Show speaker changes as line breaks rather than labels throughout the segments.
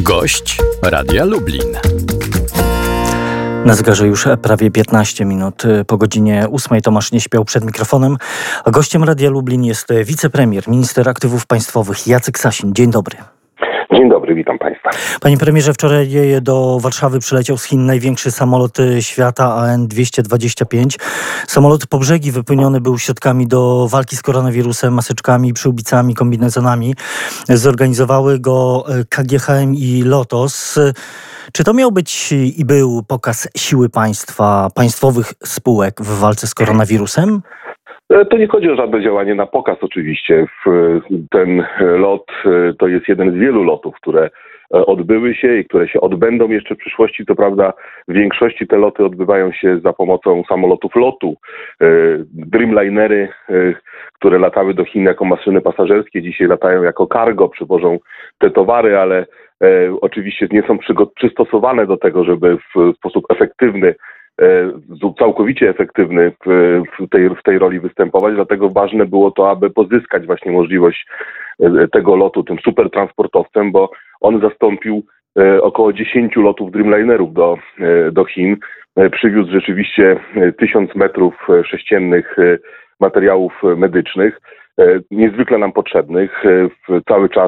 Gość Radia Lublin.
Na zegarze już prawie 15 minut po godzinie 8. Tomasz Nieśpiał przed mikrofonem. A gościem Radia Lublin jest wicepremier, minister aktywów państwowych Jacek Sasin. Dzień dobry.
Dzień dobry, witam Państwa.
Panie premierze, wczoraj do Warszawy przyleciał z Chin największy samolot świata AN-225. Samolot po brzegi wypełniony był środkami do walki z koronawirusem, maseczkami, przyłbicami, kombinezonami. Zorganizowały go KGHM i Lotos. Czy to miał być i był pokaz siły państwa, państwowych spółek w walce z koronawirusem?
To nie chodzi o żadne działanie na pokaz oczywiście. Ten lot to jest jeden z wielu lotów, które odbyły się i które się odbędą jeszcze w przyszłości. Co prawda w większości te loty odbywają się za pomocą samolotów lotu. Dreamlinery, które latały do Chin jako maszyny pasażerskie, dzisiaj latają jako cargo, przywożą te towary, ale oczywiście nie są przystosowane do tego, żeby w sposób efektywny, całkowicie efektywny w tej roli występować, dlatego ważne było to, aby pozyskać właśnie możliwość tego lotu tym supertransportowcem, bo on zastąpił około 10 lotów Dreamlinerów do Chin. Przywiózł rzeczywiście 1000 metrów sześciennych materiałów medycznych, niezwykle nam potrzebnych. Cały czas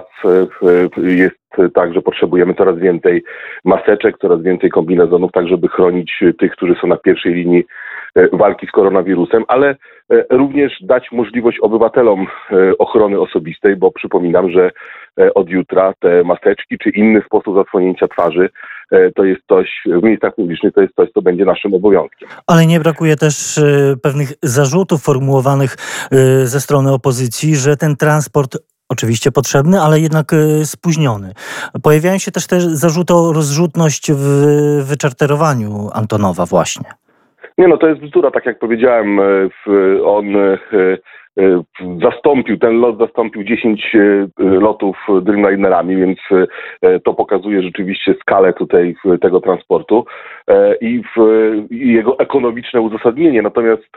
jest tak, że potrzebujemy coraz więcej maseczek, coraz więcej kombinezonów, tak żeby chronić tych, którzy są na pierwszej linii walki z koronawirusem, ale również dać możliwość obywatelom ochrony osobistej, bo przypominam, że od jutra te maseczki czy inny sposób zasłonięcia twarzy to jest coś w miejscach publicznych, to jest coś, co będzie naszym obowiązkiem.
Ale nie brakuje też pewnych zarzutów formułowanych ze strony opozycji, że ten transport oczywiście potrzebny, ale jednak spóźniony. Pojawiają się też te zarzuty o rozrzutność w wyczarterowaniu Antonowa właśnie.
Nie, to jest bzdura, tak jak powiedziałem, ten lot zastąpił 10 lotów Dreamlinerami, więc to pokazuje rzeczywiście skalę tutaj tego transportu i jego ekonomiczne uzasadnienie. Natomiast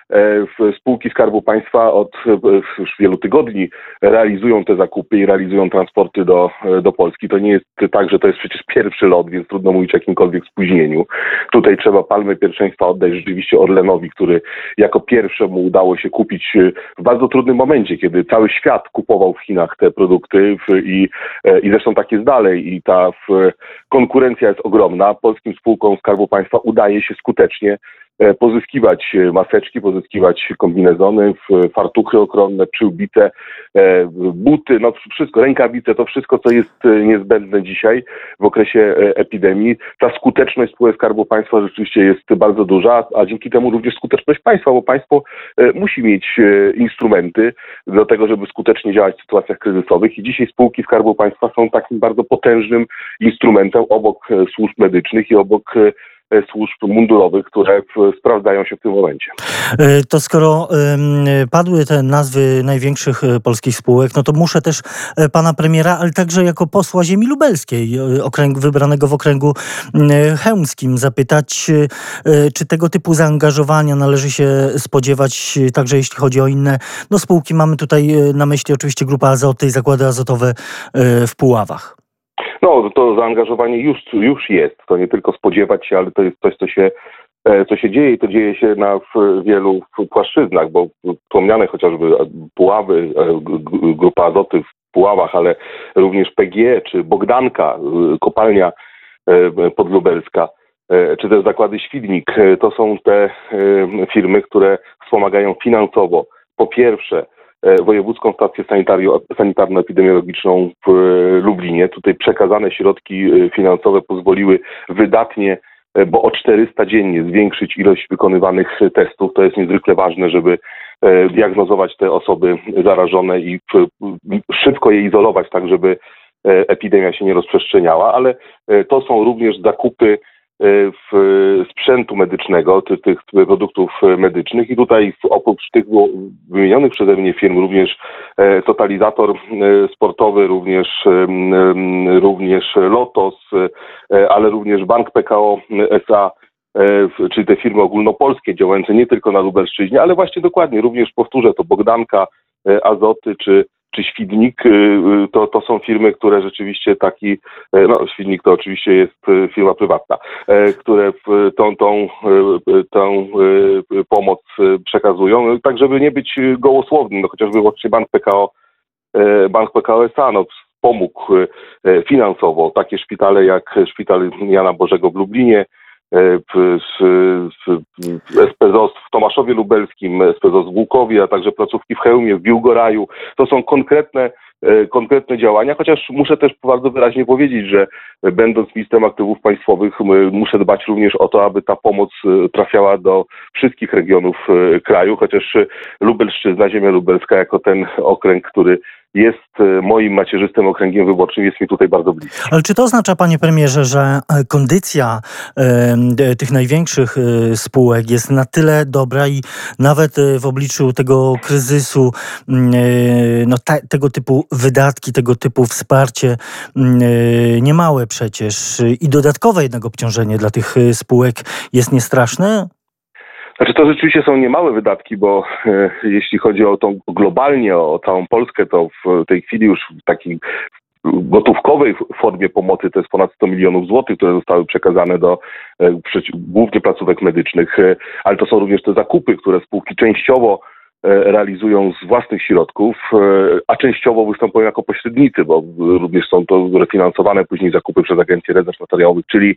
spółki Skarbu Państwa od już wielu tygodni realizują te zakupy i realizują transporty do Polski. To nie jest tak, że to jest przecież pierwszy lot, więc trudno mówić o jakimkolwiek spóźnieniu. Tutaj trzeba palmę pierwszeństwa oddać rzeczywiście Orlenowi, który jako pierwszemu udało się kupić w bardzo trudnym momencie, kiedy cały świat kupował w Chinach te produkty i zresztą tak jest dalej i ta konkurencja jest ogromna. Polskim spółkom Skarbu Państwa udaje się skutecznie pozyskiwać maseczki, pozyskiwać kombinezony, fartuchy ochronne, przyłbice, buty, wszystko, rękawice, to wszystko, co jest niezbędne dzisiaj w okresie epidemii. Ta skuteczność spółek Skarbu Państwa rzeczywiście jest bardzo duża, a dzięki temu również skuteczność państwa, bo państwo musi mieć instrumenty do tego, żeby skutecznie działać w sytuacjach kryzysowych i dzisiaj spółki Skarbu Państwa są takim bardzo potężnym instrumentem obok służb medycznych i obok służb mundurowych, które sprawdzają się w tym momencie.
To skoro padły te nazwy największych polskich spółek, to muszę też pana premiera, ale także jako posła ziemi lubelskiej, wybranego w okręgu chełmskim, zapytać, czy tego typu zaangażowania należy się spodziewać także jeśli chodzi o inne spółki. Mamy tutaj na myśli oczywiście Grupę Azoty i zakłady azotowe w Puławach.
To zaangażowanie już jest. To nie tylko spodziewać się, ale to jest coś, co się dzieje i to dzieje się na wielu płaszczyznach, bo wspomniane chociażby Puławy, Grupa Azoty w Puławach, ale również PGE czy Bogdanka, kopalnia podlubelska, czy też zakłady Świdnik. To są te firmy, które wspomagają finansowo po pierwsze Wojewódzką Stację Sanitarno-Epidemiologiczną w Lublinie. Tutaj przekazane środki finansowe pozwoliły wydatnie, bo o 400 dziennie zwiększyć ilość wykonywanych testów. To jest niezwykle ważne, żeby diagnozować te osoby zarażone i szybko je izolować, tak żeby epidemia się nie rozprzestrzeniała, ale to są również zakupy sprzętu medycznego, tych produktów medycznych i tutaj oprócz tych wymienionych przeze mnie firm również totalizator sportowy, również Lotos, ale również Bank Pekao S.A., czyli te firmy ogólnopolskie działające nie tylko na Lubelszczyźnie, ale właśnie dokładnie, również powtórzę to Bogdanka, Azoty czy Świdnik, to są firmy, które rzeczywiście Świdnik to oczywiście jest firma prywatna, które tą pomoc przekazują, tak żeby nie być gołosłownym, chociażby właśnie Bank PKO SA pomógł finansowo takie szpitale jak Szpital Jana Bożego w Lublinie, SPZOZ w Tomaszowie Lubelskim, SPZOZ w Łukowie, a także placówki w Chełmie, w Biłgoraju. To są konkretne działania, chociaż muszę też bardzo wyraźnie powiedzieć, że będąc ministrem aktywów państwowych muszę dbać również o to, aby ta pomoc trafiała do wszystkich regionów kraju, chociaż Lubelszczyzna, ziemia lubelska jako ten okręg, który jest moim macierzystym okręgiem wyborczym, jest mi tutaj bardzo blisko.
Ale czy to oznacza, panie premierze, że kondycja tych największych spółek jest na tyle dobra i nawet w obliczu tego kryzysu, tego typu wydatki, tego typu wsparcie niemałe przecież i dodatkowe jednak obciążenie dla tych spółek jest niestraszne?
Znaczy to rzeczywiście są niemałe wydatki, bo jeśli chodzi o tą globalnie, o całą Polskę, to w tej chwili już w takiej gotówkowej formie pomocy to jest ponad 100 milionów złotych, które zostały przekazane do głównie placówek medycznych, ale to są również te zakupy, które spółki częściowo realizują z własnych środków, a częściowo występują jako pośrednicy, bo również są to refinansowane później zakupy przez Agencję Rezerw Materiałowych, czyli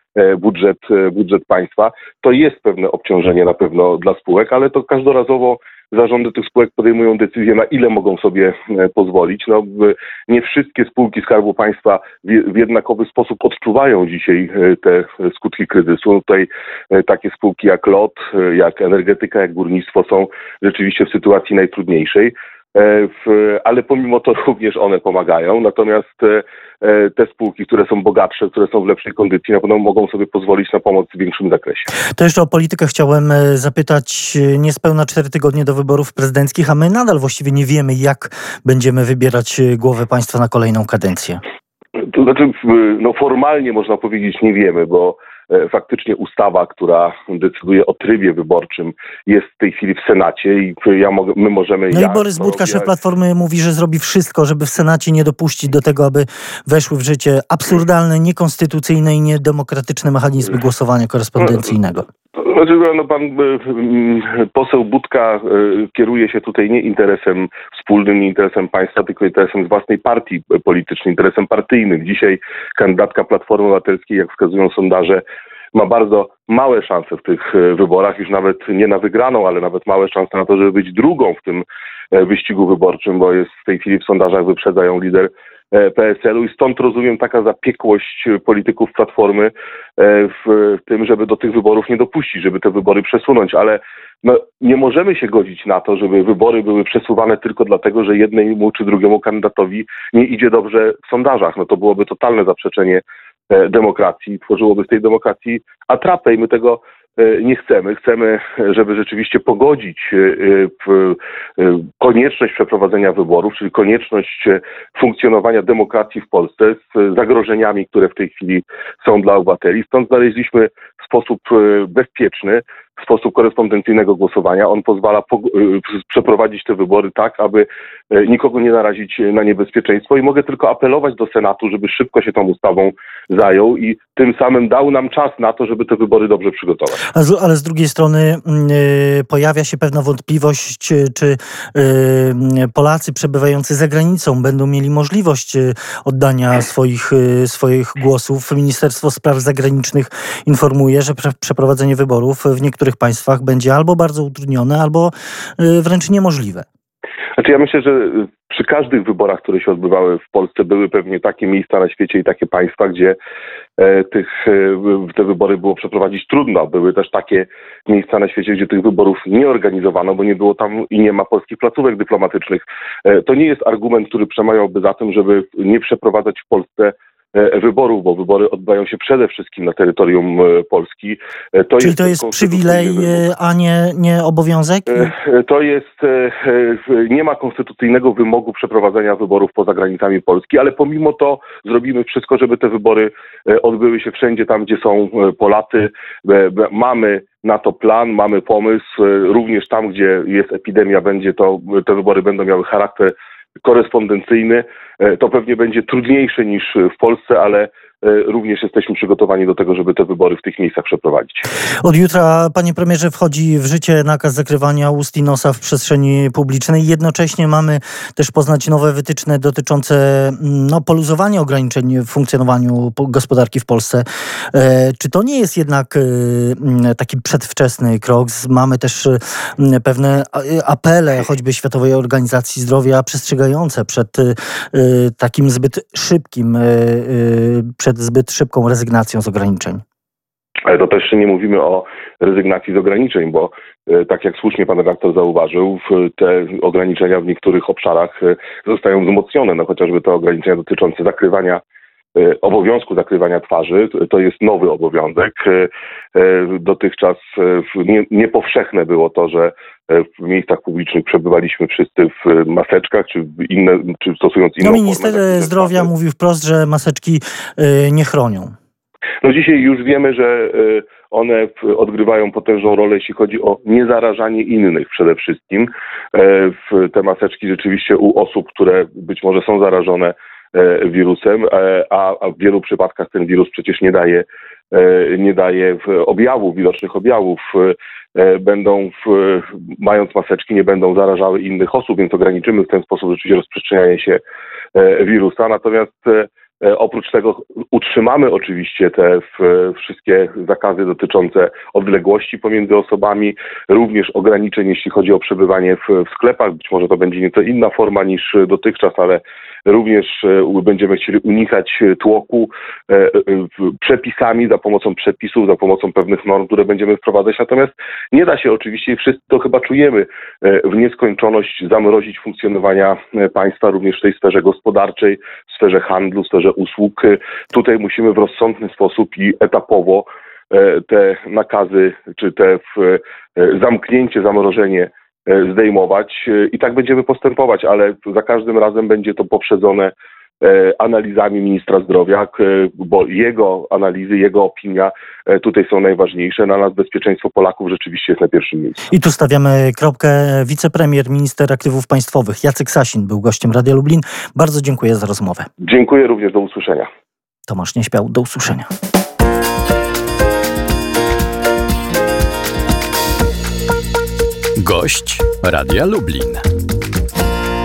budżet państwa. To jest pewne obciążenie na pewno dla spółek, ale to każdorazowo zarządy tych spółek podejmują decyzję, na ile mogą sobie pozwolić. Nie wszystkie spółki Skarbu Państwa w jednakowy sposób odczuwają dzisiaj te skutki kryzysu. Tutaj takie spółki jak LOT, jak energetyka, jak górnictwo są rzeczywiście w sytuacji najtrudniejszej. Ale pomimo to również one pomagają. Natomiast te spółki, które są bogatsze, które są w lepszej kondycji, na pewno mogą sobie pozwolić na pomoc w większym zakresie.
To jeszcze o politykę chciałem zapytać. Niespełna 4 tygodnie do wyborów prezydenckich, a my nadal właściwie nie wiemy, jak będziemy wybierać głowę państwa na kolejną kadencję.
To znaczy, formalnie można powiedzieć nie wiemy, bo faktycznie ustawa, która decyduje o trybie wyborczym, jest w tej chwili w Senacie i my możemy...
No i Borys Budka, szef Platformy, mówi, że zrobi wszystko, żeby w Senacie nie dopuścić do tego, aby weszły w życie absurdalne, niekonstytucyjne i niedemokratyczne mechanizmy głosowania korespondencyjnego.
Znaczy, pan poseł Budka kieruje się tutaj nie interesem wspólnym, nie interesem państwa, tylko interesem z własnej partii politycznej, interesem partyjnym. Dzisiaj kandydatka Platformy Obywatelskiej, jak wskazują sondaże, ma bardzo małe szanse w tych wyborach, już nawet nie na wygraną, ale nawet małe szanse na to, żeby być drugą w tym wyścigu wyborczym, bo jest w tej chwili w sondażach wyprzedza ją lider PSL-u i stąd rozumiem taka zapiekłość polityków Platformy w tym, żeby do tych wyborów nie dopuścić, żeby te wybory przesunąć, ale nie możemy się godzić na to, żeby wybory były przesuwane tylko dlatego, że jednemu czy drugiemu kandydatowi nie idzie dobrze w sondażach. To byłoby totalne zaprzeczenie demokracji, tworzyłoby z tej demokracji atrapę i my tego nie chcemy. Chcemy, żeby rzeczywiście pogodzić konieczność przeprowadzenia wyborów, czyli konieczność funkcjonowania demokracji w Polsce z zagrożeniami, które w tej chwili są dla obywateli. Stąd znaleźliśmy sposób bezpieczny, sposób korespondencyjnego głosowania. On pozwala przeprowadzić te wybory tak, aby nikogo nie narazić na niebezpieczeństwo i mogę tylko apelować do Senatu, żeby szybko się tą ustawą zajął i tym samym dał nam czas na to, żeby te wybory dobrze przygotować.
Ale z drugiej strony pojawia się pewna wątpliwość, czy Polacy przebywający za granicą będą mieli możliwość oddania swoich głosów. Ministerstwo Spraw Zagranicznych informuje, że przeprowadzenie wyborów w niektórych państwach będzie albo bardzo utrudnione, albo wręcz niemożliwe.
Znaczy ja myślę, że przy każdych wyborach, które się odbywały w Polsce, były pewnie takie miejsca na świecie i takie państwa, gdzie te wybory było przeprowadzić trudno. Były też takie miejsca na świecie, gdzie tych wyborów nie organizowano, bo nie było tam i nie ma polskich placówek dyplomatycznych. To nie jest argument, który przemawiałby za tym, żeby nie przeprowadzać w Polsce wyborów, bo wybory odbywają się przede wszystkim na terytorium Polski.
Czyli to jest przywilej, a nie obowiązek?
To jest, nie ma konstytucyjnego wymogu przeprowadzenia wyborów poza granicami Polski, ale pomimo to zrobimy wszystko, żeby te wybory odbyły się wszędzie tam, gdzie są Polacy. Mamy na to plan, mamy pomysł. Również tam, gdzie jest epidemia, te wybory będą miały charakter korespondencyjny. To pewnie będzie trudniejsze niż w Polsce, ale również jesteśmy przygotowani do tego, żeby te wybory w tych miejscach przeprowadzić.
Od jutra, panie premierze, wchodzi w życie nakaz zakrywania ust i nosa w przestrzeni publicznej. Jednocześnie mamy też poznać nowe wytyczne dotyczące poluzowania ograniczeń w funkcjonowaniu gospodarki w Polsce. Czy to nie jest jednak taki przedwczesny krok? Mamy też pewne apele, choćby Światowej Organizacji Zdrowia, przestrzegające przed takim zbyt szybką rezygnacją z ograniczeń.
Ale to też nie mówimy o rezygnacji z ograniczeń, bo tak jak słusznie pan redaktor zauważył, te ograniczenia w niektórych obszarach zostają wzmocnione. No chociażby te ograniczenia dotyczące obowiązku zakrywania twarzy, to jest nowy obowiązek. Dotychczas niepowszechne było to, że w miejscach publicznych przebywaliśmy wszyscy w maseczkach, czy stosując inną formę.
Minister zdrowia mówił wprost, że maseczki nie chronią.
No dzisiaj już wiemy, że one odgrywają potężną rolę, jeśli chodzi o niezarażanie innych przede wszystkim. Te maseczki rzeczywiście u osób, które być może są zarażone wirusem, a w wielu przypadkach ten wirus przecież nie daje widocznych objawów, mając maseczki, nie będą zarażały innych osób, więc ograniczymy w ten sposób rzeczywiście rozprzestrzenianie się wirusa. Natomiast oprócz tego utrzymamy oczywiście te wszystkie zakazy dotyczące odległości pomiędzy osobami, również ograniczeń, jeśli chodzi o przebywanie w sklepach. Być może to będzie nieco inna forma niż dotychczas, ale również będziemy chcieli unikać tłoku przepisami, za pomocą przepisów, za pomocą pewnych norm, które będziemy wprowadzać. Natomiast nie da się oczywiście, i wszyscy to chyba czujemy, w nieskończoność zamrozić funkcjonowania państwa, również w tej sferze gospodarczej, w sferze handlu, w sferze usług. Tutaj musimy w rozsądny sposób i etapowo te nakazy, czy te zamknięcie, zamrożenie zdejmować i tak będziemy postępować, ale za każdym razem będzie to poprzedzone analizami ministra zdrowia, bo jego analizy, jego opinia tutaj są najważniejsze. Dla nas bezpieczeństwo Polaków rzeczywiście jest na pierwszym miejscu.
I tu stawiamy kropkę. Wicepremier, minister aktywów państwowych Jacek Sasin był gościem Radia Lublin. Bardzo dziękuję za rozmowę.
Dziękuję również, do usłyszenia.
Tomasz Nieśmiał, do usłyszenia.
Gość Radia Lublin.